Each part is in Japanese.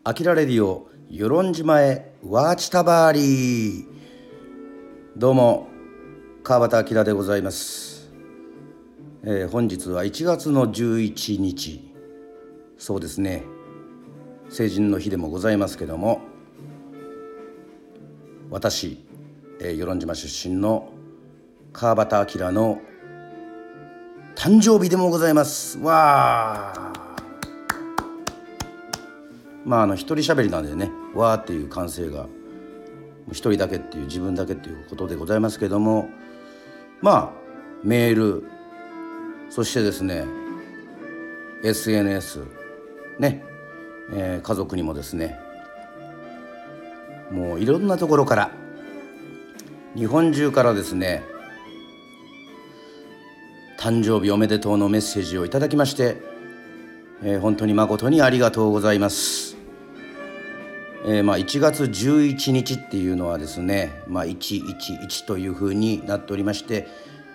アキラレディオ与論島へワーチタバーリー。どうも川端明でございます。本日は1月の11日、そうですね、成人の日でもございますけども、私、与論島出身の川端明の誕生日でもございます。わー、一人喋りなんでね、わーっていう歓声が一人だけっていう、自分だけっていうことでございますけども、メール、そしてですね SNS ね、家族にもですね、もういろんなところから、日本中からですね、誕生日おめでとうのメッセージをいただきまして、本当に誠にありがとうございます。1月11日っていうのはですね、111というふうになっておりまして、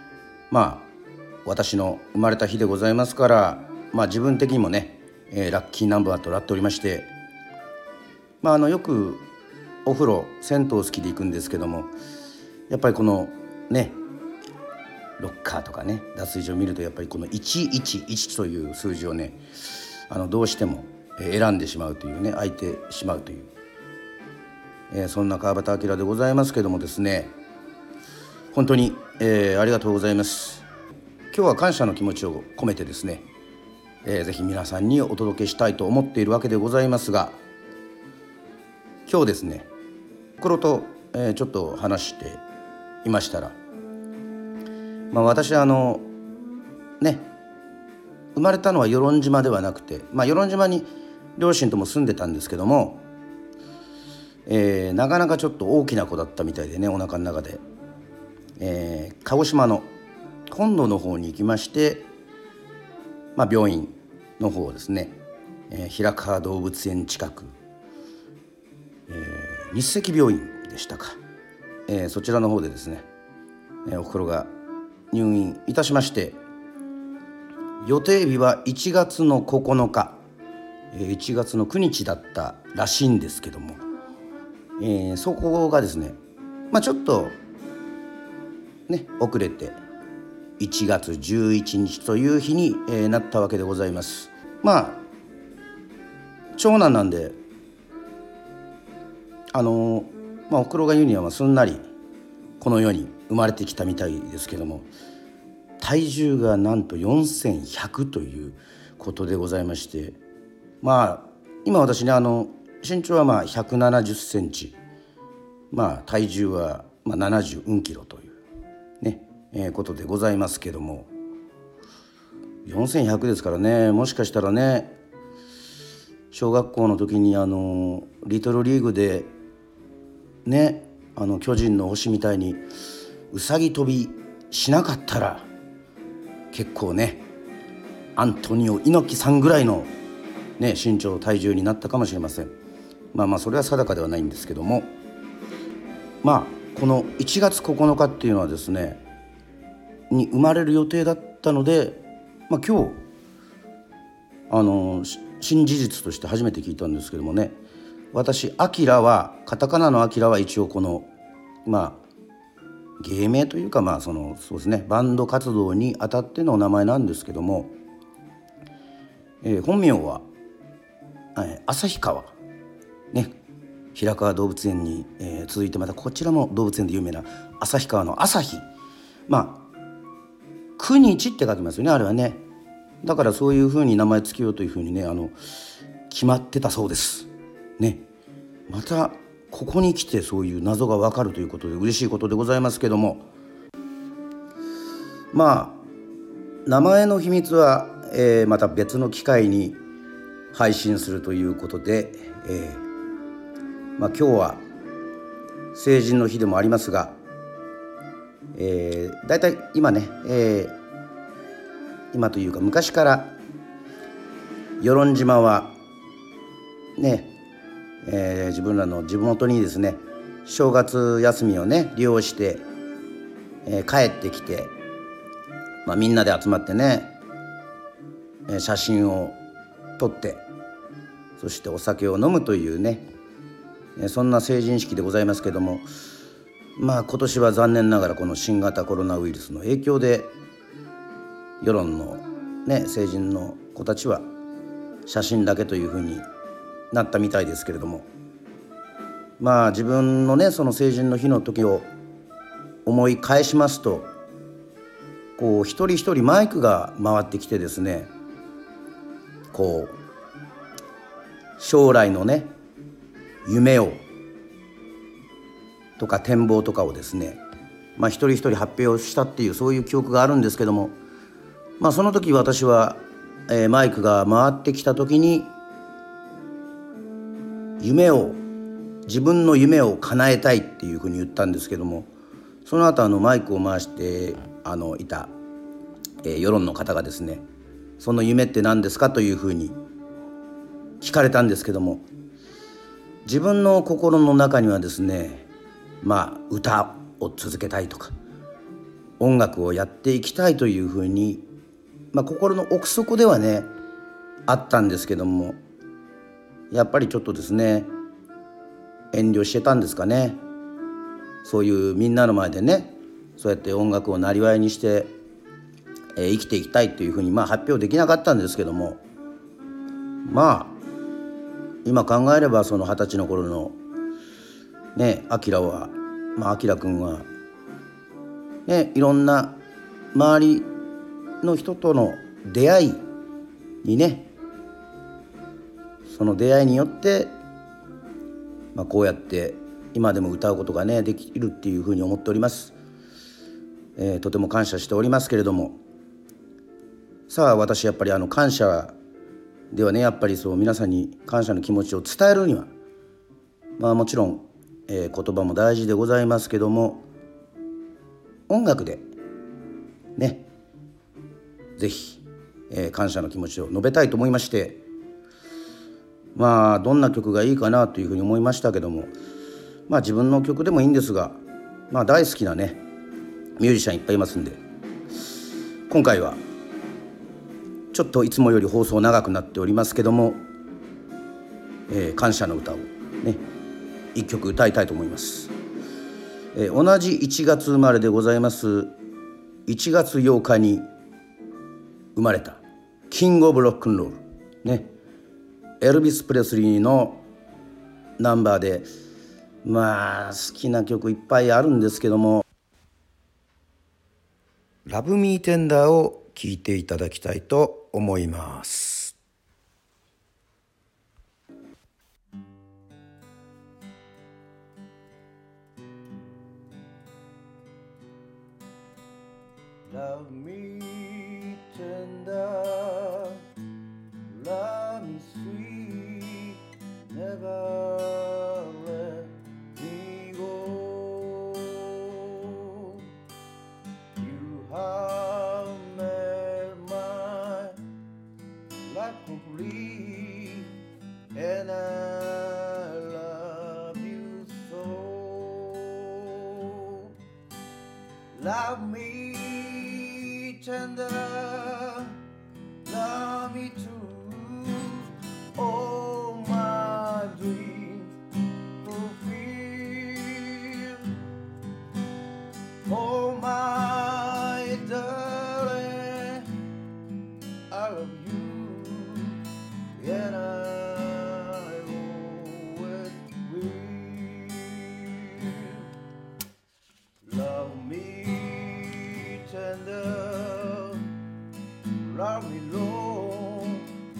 私の生まれた日でございますから、自分的にもね、ラッキーナンバーとなっておりまして、よくお風呂銭湯好きで行くんですけども、やっぱりこのねロッカーとかね、脱衣所を見ると、やっぱりこの111という数字をね、どうしても選んでしまうというね、空いてしまうという、そんな川端明でございますけどもですね、本当に、ありがとうございます。今日は感謝の気持ちを込めてですね、ぜひ皆さんにお届けしたいと思っているわけでございますが、今日ですね、心と、ちょっと話していましたら、私生まれたのは与論島ではなくて、与論島に両親とも住んでたんですけども、なかなかちょっと大きな子だったみたいでね、お腹の中で、鹿児島の本土の方に行きまして、病院の方ですね、平川動物園近く、日赤病院でしたか、そちらの方でですね、おふくろが入院いたしまして、予定日は1月の9日、1月の9日だったらしいんですけども、そこがですね、ちょっとね遅れて1月11日という日に、なったわけでございます。長男なんで、おふくろが言うにはすんなりこの世に生まれてきたみたいですけども、体重がなんと4100ということでございまして、今私ね、身長は170センチ、体重は70キロというね、ことでございますけども、4100ですからね、もしかしたらね、小学校の時にリトルリーグでね、巨人の星みたいにうさぎ跳びしなかったら、結構ねアントニオ猪木さんぐらいのね身長体重になったかもしれません。それは定かではないんですけども、この1月9日っていうのはですねに生まれる予定だったので、今日新事実として初めて聞いたんですけどもね、私アキラは、カタカナのアキラは一応この芸名というか、そうですね、バンド活動にあたってのお名前なんですけども、本名は、旭川ね、平川動物園に、続いてまたこちらも動物園で有名な旭川の旭、9日って書きますよね、あれはね。だからそういうふうに名前つけようというふうにね、決まってたそうですね。またここに来てそういう謎がわかるということで嬉しいことでございますけども、名前の秘密は、また別の機会に配信するということで、今日は成人の日でもありますが、だいたい今ね、今というか昔から与論島はね、自分らの地元にですね、正月休みをね利用して、帰ってきて、みんなで集まってね、写真を撮って、 そしてお酒を飲むというね、そんな成人式でございますけども、今年は残念ながらこの新型コロナウイルスの影響で世論の成人の子たちは写真だけというふうになったみたいですけれども、自分のその成人の日の時を思い返しますと、こう一人一人マイクが回ってきてですね、こう将来の夢をとか展望とかをですね、一人一人発表したっていう、そういう記憶があるんですけども、その時私は、マイクが回ってきた時に自分の夢を叶えたいっていうふうに言ったんですけども、その後マイクを回していた、世論の方がですね、その夢って何ですかというふうに聞かれたんですけども、自分の心の中にはですね、歌を続けたいとか音楽をやっていきたいというふうに、心の奥底ではあったんですけども、やっぱりちょっとですね遠慮してたんですかね。そういうみんなの前でそうやって音楽をなりわいにして、生きていきたいというふうに発表できなかったんですけども、今考えればその20歳の頃のアキラ君はいろんな周りの人との出会いにその出会いによってこうやって今でも歌うことができるっていうふうに思っております。とても感謝しておりますけれども、さあ私やっぱり感謝ではやっぱりそう皆さんに感謝の気持ちを伝えるにはもちろん、言葉も大事でございますけども、音楽でぜひ、感謝の気持ちを述べたいと思いまして、どんな曲がいいかなというふうに思いましたけども、自分の曲でもいいんですが、大好きなミュージシャンいっぱいいますんで、今回はちょっといつもより放送長くなっておりますけども、感謝の歌を一曲歌いたいと思います。同じ1月生まれでございます。1月8日に生まれたキングオブロックンロールエルビス・プレスリーのナンバーで、好きな曲いっぱいあるんですけども、ラブミーテンダーを聴いていただきたいと思います。Love me tender, love me sweet, never let me go. You have made my life complete, and I love you so. Love me tender, love me true, all my dreams fulfill, oh my darling, I love you, and I always will. Love me tender, love me long,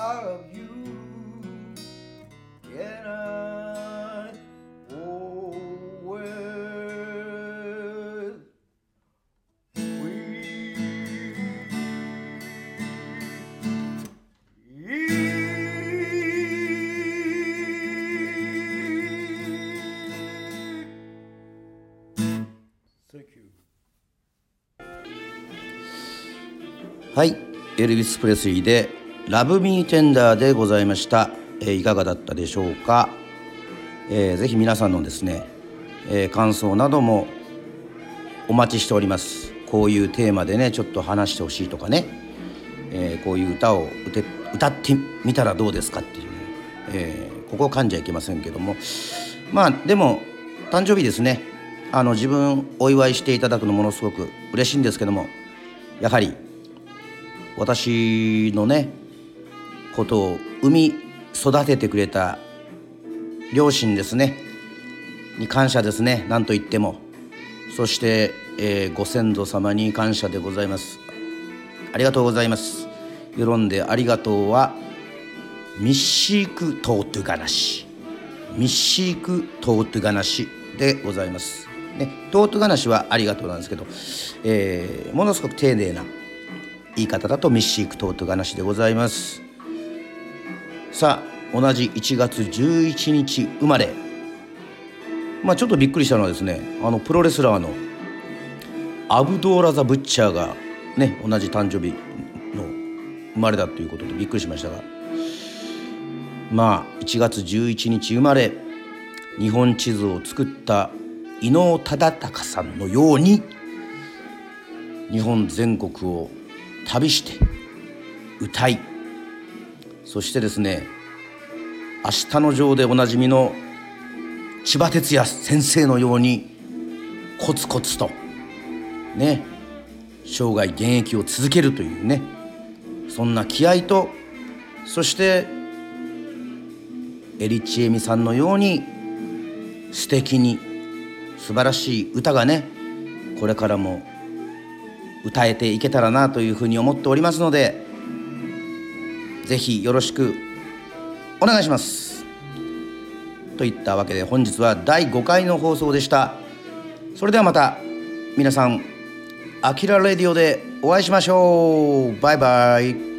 I love you and I always Thank you.はい、エルヴィス・プレスリーでラブミーテンダーでございました。いかがだったでしょうか。ぜひ皆さんのですね、感想などもお待ちしております。こういうテーマでねちょっと話してほしいとかね、こういう歌を歌ってみたらどうですかっていうね、ここを噛んじゃいけませんけども、まあでも誕生日ですね、自分お祝いしていただくのものすごく嬉しいんですけども、やはり私のねことを産み育ててくれた両親ですねに感謝ですね。なんといってもそして、ご先祖様に感謝でございます。ありがとうございます。よろんでありがとうはミッシークトートゥガナシ、ミッシークトートゥガナシでございますね。トートゥガナシはありがとうなんですけど、ものすごく丁寧な言い方だとミッシークトートゥガナシでございます。さあ同じ1月11日生まれ、ちょっとびっくりしたのはですね、プロレスラーのアブドーラ・ザ・ブッチャーがね同じ誕生日の生まれだということでびっくりしましたが、1月11日生まれ、日本地図を作った伊能忠敬さんのように日本全国を旅して歌い、そしてですね明日のジョーでおなじみの千葉哲也先生のようにコツコツとね生涯現役を続けるというね、そんな気合と、そしてエリチエミさんのように素敵に素晴らしい歌がねこれからも歌えていけたらなというふうに思っておりますので、ぜひよろしくお願いしますといったわけで本日は第5回の放送でした。それではまた皆さんアキラレディオでお会いしましょう。バイバイ。